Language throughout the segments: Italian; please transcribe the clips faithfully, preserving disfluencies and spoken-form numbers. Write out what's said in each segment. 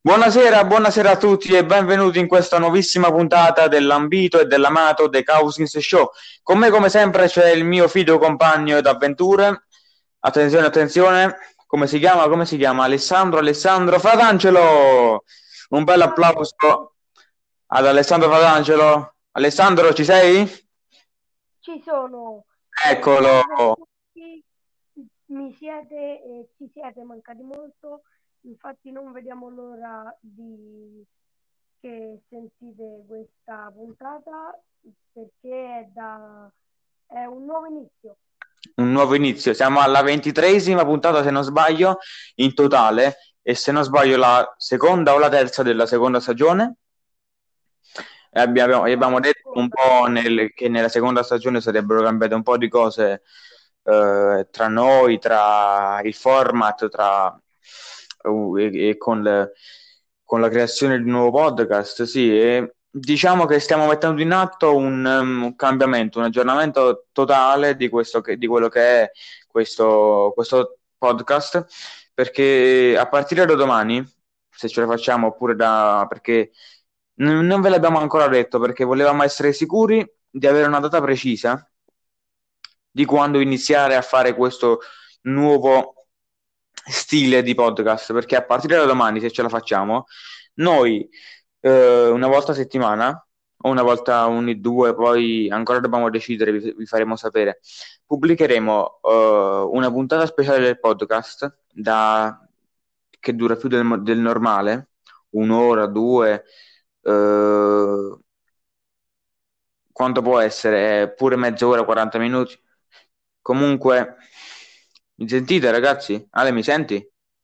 Buonasera, buonasera a tutti e benvenuti in questa nuovissima puntata dell'ambito e dell'amato The Cousins Show. Con me, come sempre, c'è il mio fido compagno d'avventure. Attenzione, attenzione, come si chiama? Come si chiama? Alessandro, Alessandro Fratangelo! Un bel Ciao a applauso tutti, ad Alessandro Fratangelo. Alessandro, ci sei? ci sono. Eh, Eccolo! salve a tutti, mi siete e ci siete mancati molto, infatti non vediamo l'ora di che sentite questa puntata perché è, da... è un nuovo inizio. Un nuovo inizio. Siamo alla ventitreesima puntata, se non sbaglio, in totale, e se non sbaglio la seconda o la terza della seconda stagione. E abbiamo, e No, abbiamo la detto un seconda. po' nel- che nella seconda stagione sarebbero cambiate un po' di cose eh, tra noi, tra il format, tra, uh, e, e con, le- con la creazione di un nuovo podcast. Sì, e diciamo che stiamo mettendo in atto un, um, un cambiamento, un aggiornamento totale di, questo che, di quello che è questo, questo podcast, perché a partire da domani, se ce la facciamo, oppure da... perché n- non ve l'abbiamo ancora detto, perché volevamo essere sicuri di avere una data precisa di quando iniziare a fare questo nuovo stile di podcast, perché a partire da domani, se ce la facciamo, noi eh, una volta a settimana o una volta ogni due, poi ancora dobbiamo decidere, vi, vi faremo sapere, pubblicheremo eh, una puntata speciale del podcast da, che dura più del, del normale, un'ora, due, eh, quanto può essere? Eh, pure mezz'ora, quaranta minuti. Comunque, mi sentite ragazzi? Ale, mi senti?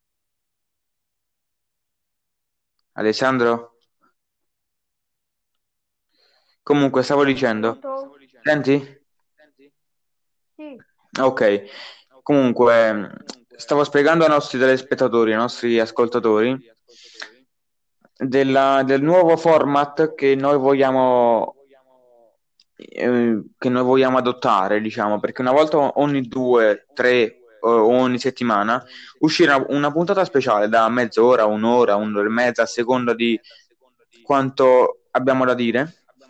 Alessandro? Comunque, stavo dicendo, Pronto? senti? Sì, Ok, comunque, stavo spiegando ai nostri telespettatori, ai nostri ascoltatori, della- del nuovo format che noi vogliamo, eh, che noi vogliamo adottare, diciamo, perché una volta ogni due, tre o ogni settimana uscirà una puntata speciale da mezz'ora, un'ora, un'ora e mezza, a seconda di quanto abbiamo da dire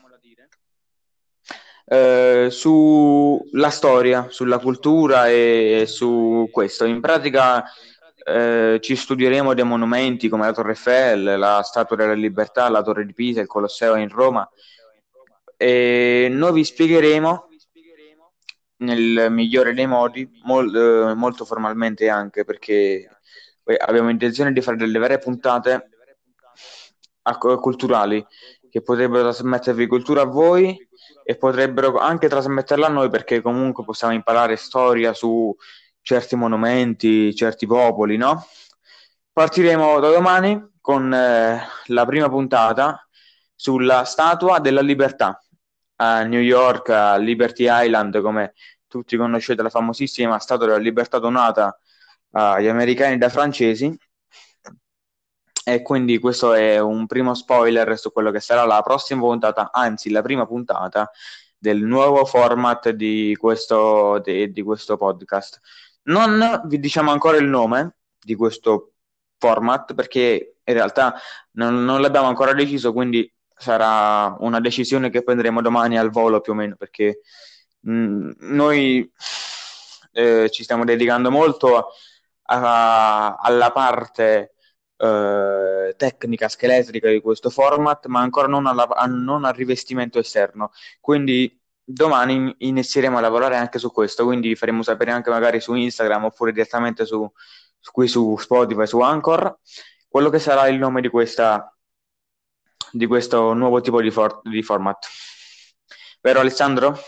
eh, sulla storia, sulla cultura e su questo. In pratica eh, ci studieremo dei monumenti come la Torre Eiffel, la Statua della Libertà, la Torre di Pisa, il Colosseo in Roma e noi vi spiegheremo nel migliore dei modi, mol- eh, molto formalmente anche perché poi abbiamo intenzione di fare delle vere puntate a- culturali che potrebbero trasmettervi cultura a voi e potrebbero anche trasmetterla a noi perché comunque possiamo imparare storia su certi monumenti, certi popoli, no? Partiremo da domani con eh, la prima puntata sulla Statua della Libertà a New York, a Liberty Island, come tutti conoscete, la famosissima Statua della Libertà donata agli americani da francesi. E quindi questo è un primo spoiler su quello che sarà la prossima puntata, anzi la prima puntata del nuovo format di questo, di, di questo podcast. Non vi diciamo ancora il nome di questo format perché in realtà non, non l'abbiamo ancora deciso, quindi sarà una decisione che prenderemo domani al volo più o meno perché mh, noi eh, ci stiamo dedicando molto a- alla parte eh, tecnica scheletrica di questo format, ma ancora non, alla- a- non al rivestimento esterno. Quindi domani inizieremo a lavorare anche su questo, quindi vi faremo sapere anche magari su Instagram oppure direttamente su, su- qui su Spotify, su Anchor, quello che sarà il nome di questa, di questo nuovo tipo di, for- di format. Vero Alessandro?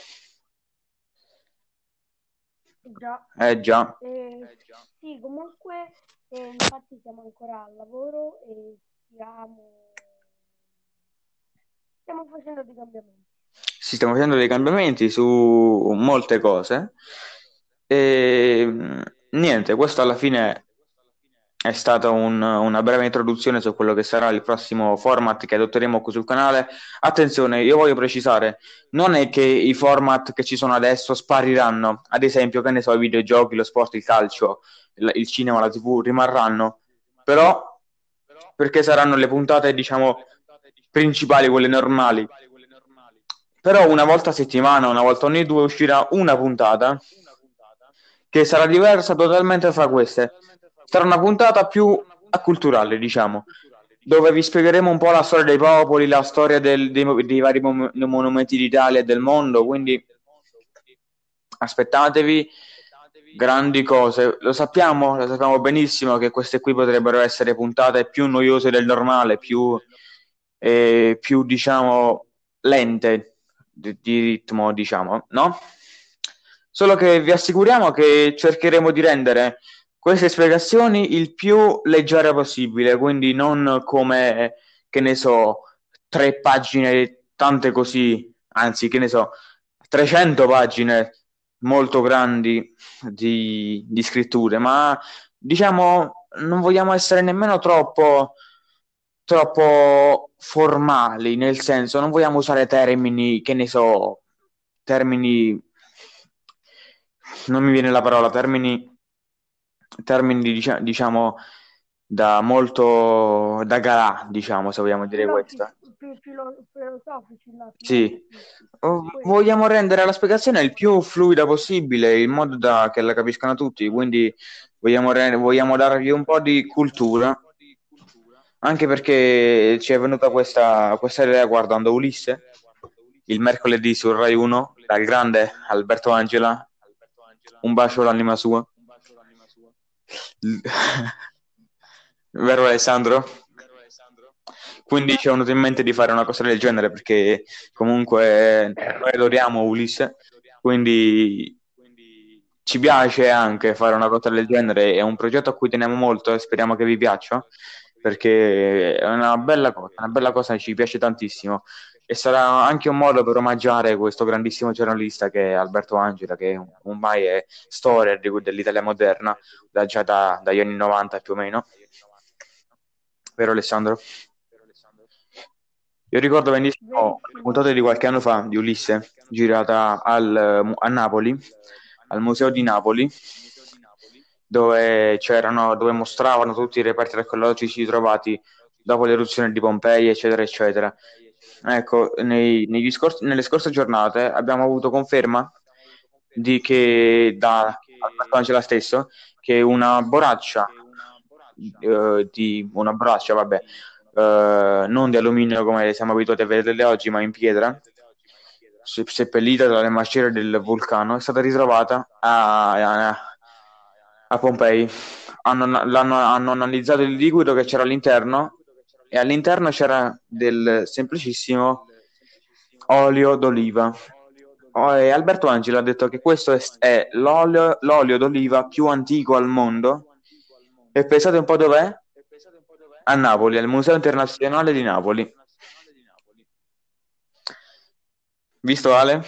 già. Eh già. Eh, sì, comunque, eh, infatti siamo ancora al lavoro e stiamo, stiamo facendo dei cambiamenti. Si stiamo facendo dei cambiamenti su molte cose e mh, niente, questo alla fine è stata un- una breve introduzione su quello che sarà il prossimo format che adotteremo qui sul canale. Attenzione, io voglio precisare, non è che i format che ci sono adesso spariranno, ad esempio, che ne so, i videogiochi, lo sport, il calcio, il, il cinema, la T V rimarranno, però perché saranno le puntate, diciamo, principali, quelle normali. Però una volta a settimana, una volta ogni due, uscirà una puntata che sarà diversa totalmente fra queste. Sarà una puntata più acculturale, diciamo, dove vi spiegheremo un po' la storia dei popoli, la storia del- dei, dei vari mon- monumenti d'Italia e del mondo, quindi aspettatevi grandi cose. Lo sappiamo, lo sappiamo benissimo che queste qui potrebbero essere puntate più noiose del normale, più, eh, più diciamo, lente di, di ritmo, diciamo, no? Solo che vi assicuriamo che cercheremo di rendere queste spiegazioni il più leggere possibile, quindi non come, che ne so, tre pagine, tante così, anzi, che ne so, trecento pagine molto grandi di, di scritture, ma diciamo non vogliamo essere nemmeno troppo, troppo formali, nel senso non vogliamo usare termini, che ne so, termini, non mi viene la parola, termini, termini dicia- diciamo da molto, da galà, diciamo, se vogliamo dire questo. Filosofici, fi- filo- filosofici, là, Sì, filosofici. Oh, Questo. vogliamo rendere la spiegazione il più fluida possibile, in modo da che la capiscano tutti, quindi vogliamo, re- vogliamo dargli un po' di cultura, anche perché ci è venuta questa, questa idea guardando Ulisse, il mercoledì su Rai uno, dal grande Alberto Angela, un bacio all'anima sua. Vero Alessandro? Quindi ci è venuto in mente di fare una cosa del genere perché comunque noi adoriamo Ulisse, quindi ci piace anche fare una cosa del genere, è un progetto a cui teniamo molto e speriamo che vi piaccia perché è una bella cosa, una bella cosa che ci piace tantissimo e sarà anche un modo per omaggiare questo grandissimo giornalista che è Alberto Angela, che ormai è storia di- dell'Italia moderna da, già da- dagli anni novanta più o meno. Vero Alessandro? Io ricordo benissimo una Verissimo. puntata di qualche anno fa di Ulisse, girata al- a Napoli, al Museo di Napoli, dove c'erano, dove mostravano tutti i reperti archeologici trovati dopo l'eruzione di Pompei, eccetera, eccetera. Ecco, nei- negli scorsi- nelle scorse giornate abbiamo avuto conferma di che da Alberto Angela stesso che una borraccia eh, di una borraccia, vabbè, eh, non di alluminio come siamo abituati a vederle oggi, ma in pietra, se- seppellita dalle macerie del vulcano, è stata ritrovata a, a- a Pompei. Hanno, l'hanno- hanno analizzato il liquido che c'era all'interno e all'interno c'era del semplicissimo olio d'oliva. Oh, e Alberto Angela ha detto che questo è, è l'olio, l'olio d'oliva più antico al mondo. E pensate un po' dov'è? A Napoli, al Museo Internazionale di Napoli. Visto Ale?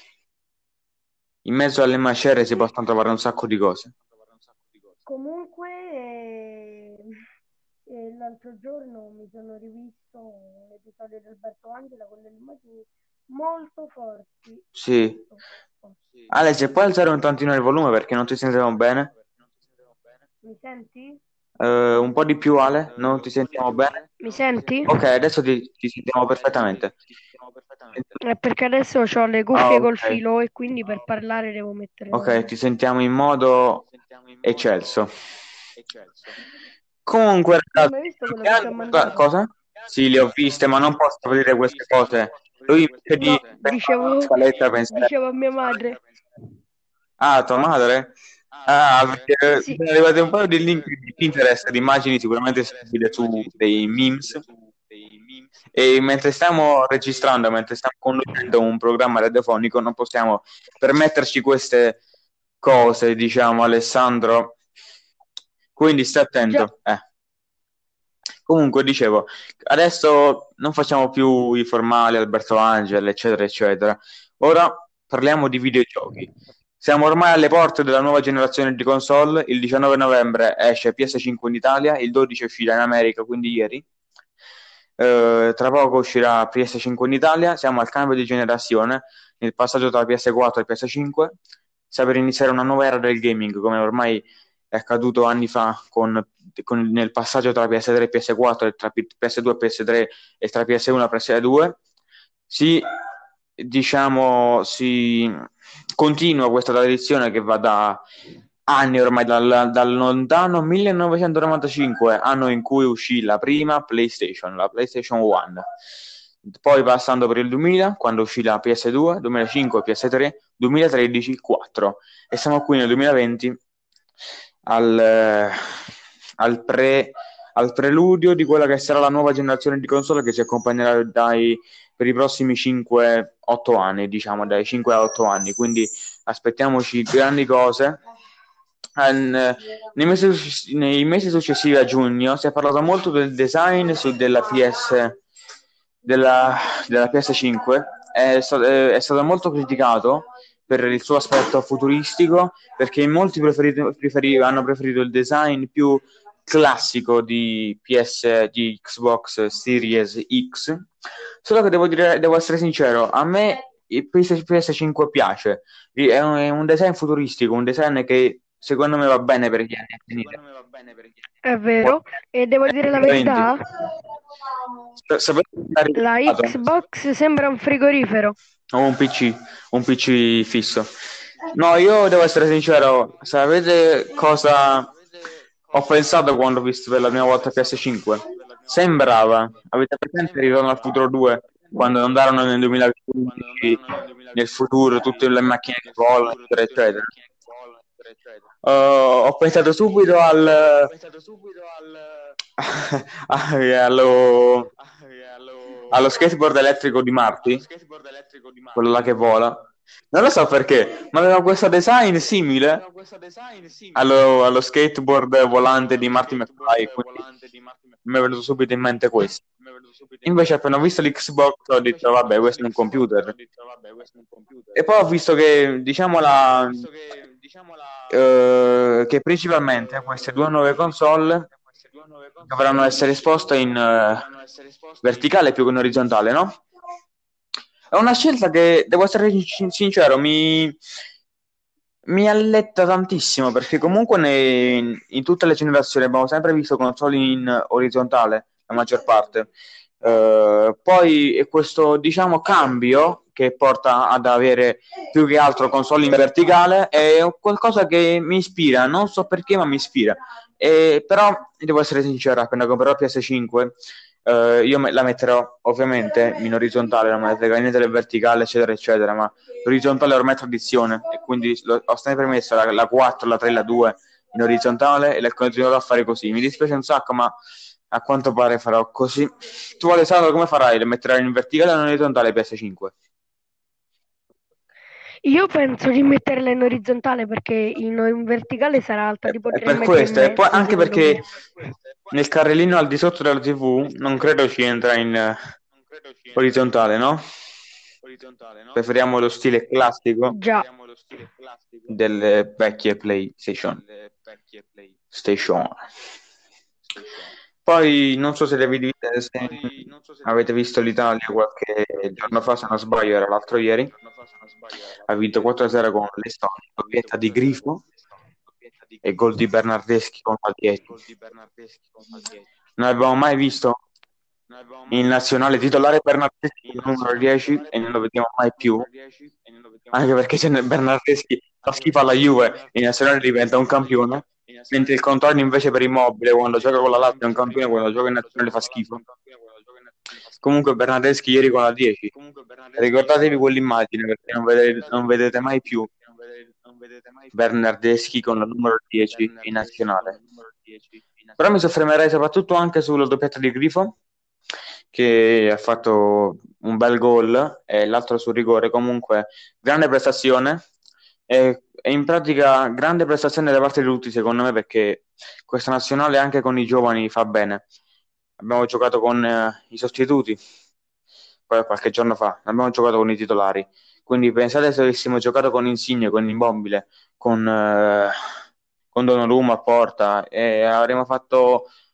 In mezzo alle macerie si possono trovare un sacco di cose. Comunque, eh, eh, l'altro giorno mi sono rivisto un episodio di Alberto Angela con delle immagini molto forti. Sì. Molto forti. Ale, se puoi alzare un tantino il volume perché non ti sentiamo bene? Mi senti? Eh, un po' di più, Ale? Non ti sentiamo bene? Mi senti? Ok, adesso ti, ti sentiamo perfettamente. È perché adesso ho le Ah, cuffie col ok. filo e quindi per parlare devo mettere Ok, le... ti sentiamo in modo eccelso. Comunque, Tu hai ragazzi, mai visto quello che che ti ho anche- co- mandato? cosa? Sì, le ho viste, ma non posso aprire queste cose. Lui invece No, di pensare alla dicevo, scaletta, pensare... dicevo a mia madre. Ah, tua madre? Ah, perché Sì. sono arrivati un paio di link di Pinterest, di immagini sicuramente stabili su dei memes. E mentre stiamo registrando, mentre stiamo conducendo un programma radiofonico, non possiamo permetterci queste cose, diciamo, Alessandro. Quindi stai Già. attento. Eh. Comunque, dicevo, adesso non facciamo più i formali, Alberto Angel, eccetera, eccetera. Ora parliamo di videogiochi. Siamo ormai alle porte della nuova generazione di console. Il diciannove novembre esce P S cinque in Italia, il dodici uscirà in America, quindi ieri. Eh, tra poco uscirà P S cinque in Italia. Siamo al cambio di generazione, nel passaggio tra P S quattro e P S cinque. Sta per iniziare una nuova era del gaming, come ormai è accaduto anni fa con, con- nel passaggio tra P S tre e P S quattro e tra P- PS2 e P S tre e tra P S uno e P S due, si, diciamo, si continua questa tradizione che va da anni ormai, dal, dal lontano millenovecentonovantacinque, anno in cui uscì la prima PlayStation, la PlayStation uno. Poi passando per il duemila, quando uscì la P S due, duemilacinque, P S tre, duemilatredici, quattro. E siamo qui nel duemilaventi al, eh, al, pre, al preludio di quella che sarà la nuova generazione di console che ci accompagnerà dai, per i prossimi cinque otto anni, diciamo dai cinque a otto anni. Quindi aspettiamoci grandi cose. And, nei, mesi, nei mesi successivi a giugno si è parlato molto del design su della P S della, della P S cinque. È, è stato molto criticato per il suo aspetto futuristico, perché molti preferito, preferi, hanno preferito il design più classico di P S, di Xbox Series X. Solo che devo dire, devo essere sincero, a me il P S cinque piace, è un, è un design futuristico, un design che secondo me va bene per gli anni a venire. È vero, e devo dire la verità, Sapete la Xbox sembra un frigorifero. o un P C, un P C fisso. No, io devo essere sincero, sapete cosa ho pensato quando ho visto per la prima volta P S cinque? Sembrava, avete presente Ritorno al futuro due, quando andarono nel duemilaquindici, nel futuro, tutte le macchine che volano, eccetera, eccetera. Uh, ho pensato subito al allo, allo skateboard elettrico di Marty, quello là che vola. Non lo so perché, ma aveva questo design simile allo, allo skateboard volante di Marty McFly, quindi mi è venuto subito in mente questo. Invece appena ho visto l'Xbox ho detto vabbè, questo è un computer. E poi ho visto che, diciamo, la, eh, che principalmente queste due nuove console dovranno essere esposte in eh, verticale più che in orizzontale, no? È una scelta che, devo essere sincero, mi, mi alletta tantissimo, perché comunque nei, in tutte le generazioni abbiamo sempre visto console in orizzontale, la maggior parte. Uh, poi questo, diciamo, cambio che porta ad avere più che altro console in verticale è qualcosa che mi ispira, non so perché, ma mi ispira. E, però devo essere sincero, appena comprerò P S cinque uh, io me- la metterò ovviamente in orizzontale, non me la frega niente del verticale, eccetera, eccetera, ma l'orizzontale è ormai tradizione e quindi lo, ho sempre messo la, la quattro, la tre, la due in orizzontale e la continuerò a fare così. Mi dispiace un sacco, ma a quanto pare farò così. Tu, Alessandro, come farai? Le metterai in verticale o in orizzontale P S cinque? Io penso di metterla in orizzontale perché in, in verticale sarà alta È, tipo è tre per metri e questo, e poi mezzo, anche secondo me. perché nel carrellino al di sotto della T V non credo ci entra in eh, orizzontale, no? Preferiamo lo stile classico Già. delle vecchie PlayStation Station. Poi non so se, avete, se avete visto l'Italia qualche giorno fa, se non sbaglio, era l'altro ieri. Ha vinto quattro a zero con l'Estonia, doppietta di Grifo e gol di Bernardeschi con la dieci. Non abbiamo mai visto in nazionale titolare Bernardeschi con il numero dieci e non lo vediamo mai più, anche perché c'è Bernardeschi fa schifo alla Juve e in nazionale diventa un campione, mentre il contrario invece per Immobile, quando gioca con la Lazio è un campione, quando gioca in nazionale fa schifo. Comunque Bernardeschi ieri con la dieci, ricordatevi quell'immagine perché non vedete, non vedete mai più Bernardeschi con la numero dieci in nazionale. Però mi soffermerei soprattutto anche sulla doppietta di Grifo, che ha fatto un bel gol e l'altro sul rigore. Comunque grande prestazione e, e in pratica grande prestazione da parte di tutti, secondo me, perché questa nazionale anche con i giovani fa bene. Abbiamo giocato con eh, i sostituti poi qualche giorno fa, abbiamo giocato con i titolari, quindi pensate se avessimo giocato con Insigne, con Immobile, con, eh, con Donnarumma a porta e avremmo fatto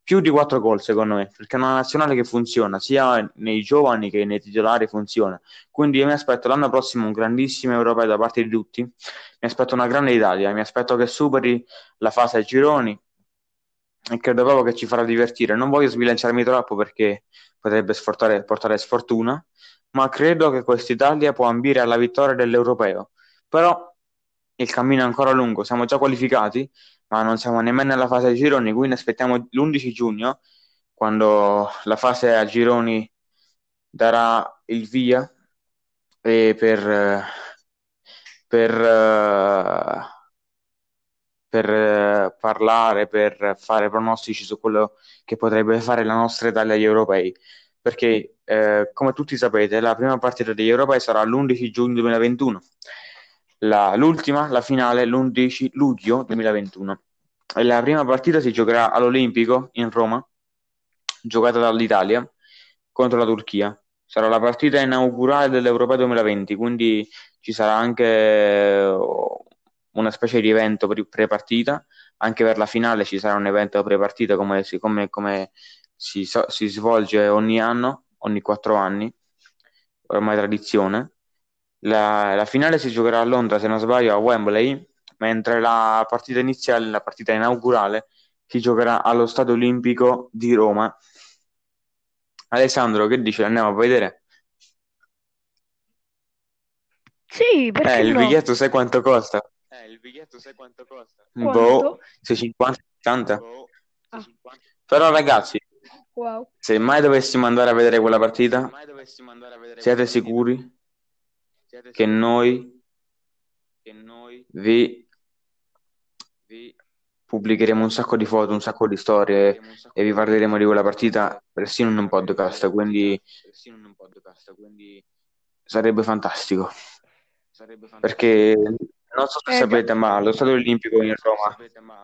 più di quattro gol secondo me, perché è una nazionale che funziona, sia nei giovani che nei titolari funziona. Quindi io mi aspetto l'anno prossimo un grandissimo europeo da parte di tutti, mi aspetto una grande Italia, mi aspetto che superi la fase ai gironi e credo proprio che ci farà divertire. Non voglio sbilanciarmi troppo perché potrebbe sfortare- portare sfortuna, ma credo che quest'Italia può ambire alla vittoria dell'europeo. Però il cammino è ancora lungo, siamo già qualificati, ma non siamo nemmeno nella fase ai gironi, quindi aspettiamo l'undici giugno, quando la fase a gironi darà il via e per, eh, per, eh, per eh, parlare, per fare pronostici su quello che potrebbe fare la nostra Italia agli europei. Perché, eh, come tutti sapete, la prima partita degli europei sarà l'undici giugno duemilaventuno, la, l'ultima, la finale, l'undici luglio duemilaventuno. E la prima partita si giocherà all'Olimpico in Roma, giocata dall'Italia contro la Turchia. Sarà la partita inaugurale dell'Europeo duemilaventi, quindi ci sarà anche eh, una specie di evento pre- pre-partita. Anche per la finale ci sarà un evento pre-partita come si, come, come si, so- si svolge ogni anno, ogni quattro anni, ormai tradizione. La, la finale si giocherà a Londra, se non sbaglio, a Wembley, mentre la partita iniziale, la partita inaugurale, si giocherà allo Stadio Olimpico di Roma. Alessandro, che dici? Andiamo a vedere? Sì, Eh, perché il no? biglietto sai quanto costa? Quanto? Boh, seicentocinquanta settanta. Ah, Però ragazzi, wow. se mai dovessimo andare a vedere quella partita, siete sicuri che noi vi pubblicheremo un sacco di foto, un sacco di storie e vi parleremo di quella partita persino in un podcast, quindi sarebbe fantastico. Perché non so se Eh già. sapete, ma lo Stadio Olimpico in Roma,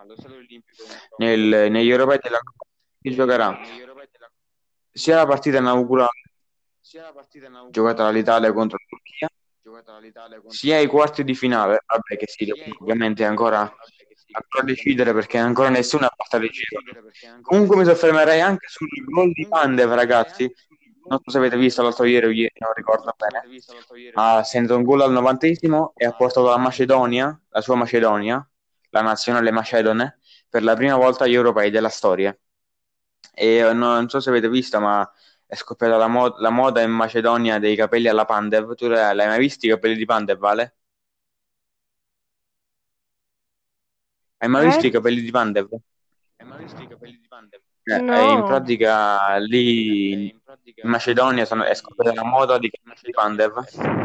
nel- negli europei della Coppa, si giocherà sia la partita inaugurale giocata dall'Italia contro la Turchia, sia i quarti di finale, vabbè che sì, ovviamente è ancora, ancora a decidere perché ancora nessuno ha fatto decisione. Comunque mi soffermerei anche sul gol di Pandev, ragazzi. Non so se avete visto l'altro ieri o ieri, non ricordo bene. Ha segnato un gol al novantesimo e ha portato la Macedonia, la sua Macedonia, la nazionale macedone, per la prima volta agli europei della storia. E eh, no- non so se avete visto, ma è scoppiata la, mo- la moda in Macedonia dei capelli alla Pandev. Tu l'hai l'hai mai visti i capelli di Pandev, Vale? Hai mai Eh? visto i capelli di Pandev? Eh, eh, in No. pratica lì in Macedonia sono, è scoppiata la moda di capelli di Pandev.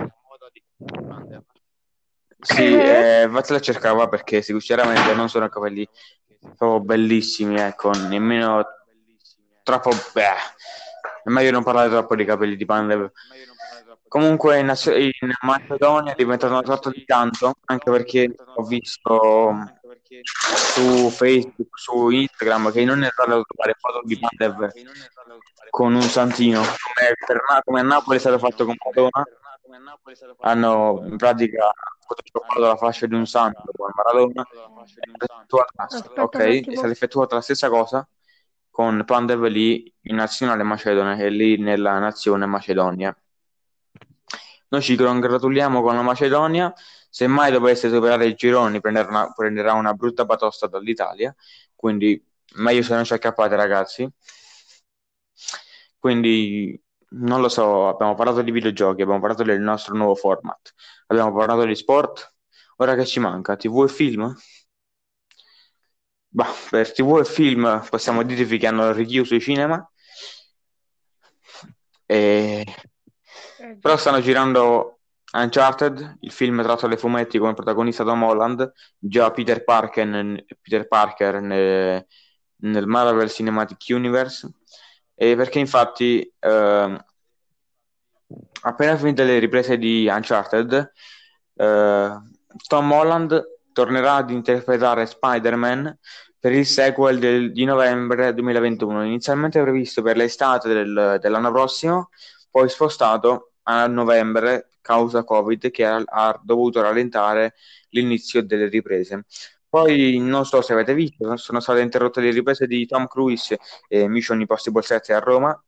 Sì, Eh? eh, vattela a cercare va, perché sinceramente non sono capelli proprio bellissimi, ecco, nemmeno troppo. Beh, è meglio non parlare troppo di capelli di Pandev. Comunque in, Ass- in Macedonia è diventato una sorta di canto, anche perché ho visto su Facebook, su Instagram, che non è raro trovare foto di Pandev con un santino, come, per, come a Napoli è stato fatto con Maradona. Hanno in pratica fotoshoppato la faccia di un santo con Maradona. È stata effettuata, ok, Aspetta un è stata attimo. effettuata la stessa cosa con Pandev lì in nazionale macedone e lì nella nazione Macedonia. Noi ci congratuliamo con la Macedonia. Se mai dovesse superare i gironi, prenderà una, prenderà una brutta batosta dall'Italia. Quindi meglio se non ci accappate, ragazzi. Quindi non lo so, abbiamo parlato di videogiochi, abbiamo parlato del nostro nuovo format, abbiamo parlato di sport. Ora che ci manca? T V e film? Bah, per T V e film possiamo dirvi che hanno richiuso i cinema. E Eh però già. stanno girando Uncharted, il film tratto dai fumetti come protagonista Tom Holland, già Peter Parker, nel, Peter Parker nel, nel Marvel Cinematic Universe, e perché infatti eh, appena finite le riprese di Uncharted, eh, Tom Holland tornerà ad interpretare Spider-Man per il sequel del- di novembre duemilaventuno, inizialmente previsto per l'estate del- dell'anno prossimo, poi spostato a novembre causa Covid che ha, ha dovuto rallentare l'inizio delle riprese. Poi non so se avete visto, sono state interrotte le riprese di Tom Cruise e Mission Impossible sette a Roma.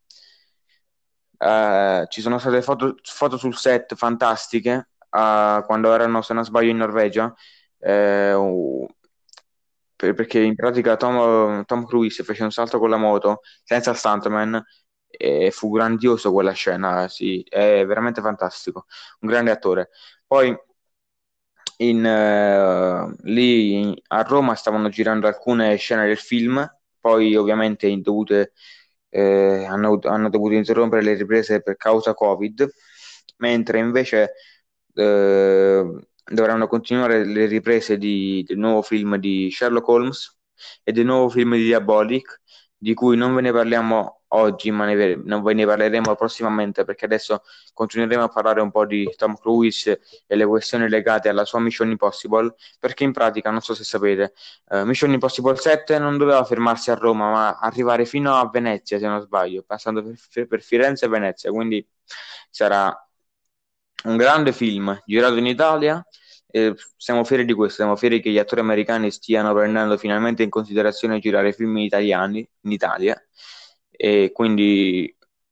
Eh, ci sono state foto, foto sul set fantastiche, eh, quando erano, se non sbaglio, in Norvegia. Eh, u- per- perché in pratica Tom, Tom Cruise fece un salto con la moto senza stuntman e fu grandioso quella scena, sì, è veramente fantastico, un grande attore. Poi in, eh, lì a Roma stavano girando alcune scene del film, poi ovviamente in dovute, eh, hanno, hanno dovuto interrompere le riprese per causa Covid, mentre invece eh, dovranno continuare le riprese di- del nuovo film di Sherlock Holmes e del nuovo film di Diabolic, di cui non ve ne parliamo oggi, ma ne, non ve ne parleremo prossimamente, perché adesso continueremo a parlare un po' di Tom Cruise e le questioni legate alla sua Mission Impossible, perché in pratica, non so se sapete, eh, Mission Impossible sette non doveva fermarsi a Roma, ma arrivare fino a Venezia, se non sbaglio, passando per, per Firenze e Venezia, quindi sarà un grande film girato in Italia. E siamo fieri di questo, siamo fieri che gli attori americani stiano prendendo finalmente in considerazione girare film italiani in Italia, e quindi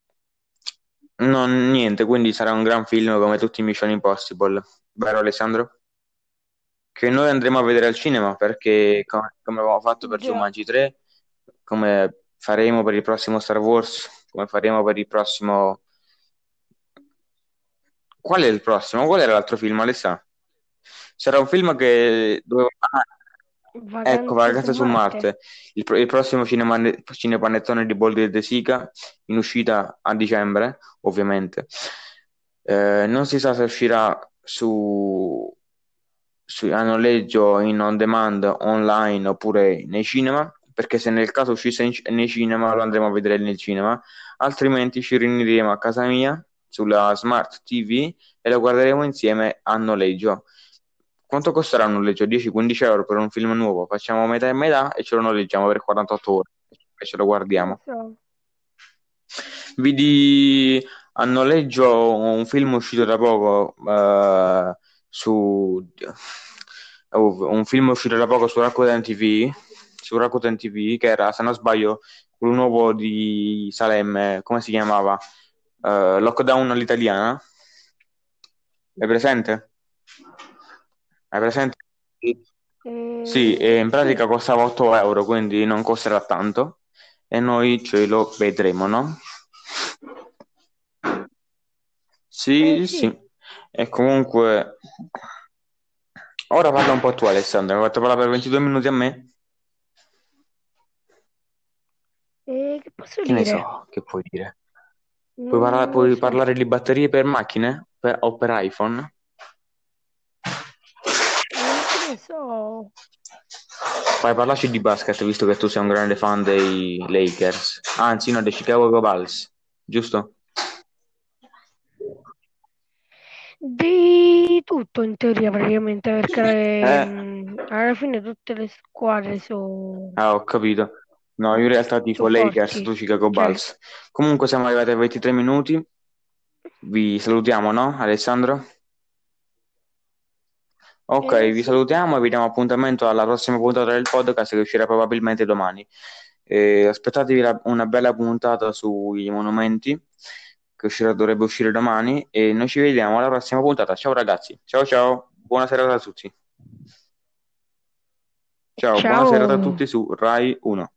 non, niente, quindi sarà un gran film come tutti i Mission Impossible, vero Alessandro? Che noi andremo a vedere al cinema perché come, come abbiamo fatto per Già. Jumanji tre, come faremo per il prossimo Star Wars, come faremo per il prossimo... Qual è il prossimo? Qual era l'altro film, Alessandro? C'era un film che doveva... ah, ecco, Vacanze su Vacanze su Marte. Marte, il, pro- il prossimo cinema- cinepanettone di Boldi e De Sica, in uscita a dicembre, ovviamente. Eh, non si sa se uscirà su, su- a noleggio in on demand online oppure nei cinema, perché se nel caso uscisse in- nei cinema lo andremo a vedere nel cinema, altrimenti ci riuniremo a casa mia sulla Smart T V e lo guarderemo insieme a noleggio. Quanto costerà un noleggio? dieci-quindici euro per un film nuovo? Facciamo metà e metà e ce lo noleggiamo per quarantotto ore e ce lo Non guardiamo. so. Vidi a noleggio un film uscito da poco, eh, su oh, un film uscito da poco su Rakuten T V, su Rakuten T V, che era, se non sbaglio, quello nuovo di Salemme, come si chiamava? Eh, Lockdown all'italiana. Hai presente? Hai presente? Sì, e Eh, in sì, pratica costava otto euro, quindi non costerà tanto e noi ce lo vedremo, no? eh Sì, sì. sì. E comunque, ora parla un po' tu, Alessandro. Mi hai fatto parlare per ventidue minuti a me? Eh, che posso Che ne dire? so, che puoi dire? Puoi, parla- Non lo puoi so. parlare di batterie per macchine Per- o per iPhone? Non che ne so. Vai, parlaci di basket, visto che tu sei un grande fan dei Lakers. Anzi, no, dei Chicago Bulls, giusto? Di tutto in teoria praticamente perché Eh, mm, alla fine tutte le squadre sono ah, ho capito. No, io in realtà tifo Lakers, forti. tu Chicago Cioè, Bulls. Comunque siamo arrivati a ventitré minuti. Vi salutiamo, no, Alessandro? Ok, eh vi sì, salutiamo e vi diamo appuntamento alla prossima puntata del podcast che uscirà probabilmente domani. Eh, aspettatevi la- una bella puntata sui monumenti che uscirà- dovrebbe uscire domani e noi ci vediamo alla prossima puntata. Ciao ragazzi, ciao ciao, buona serata a tutti. Ciao, buona serata a ciao. tutti su Rai uno.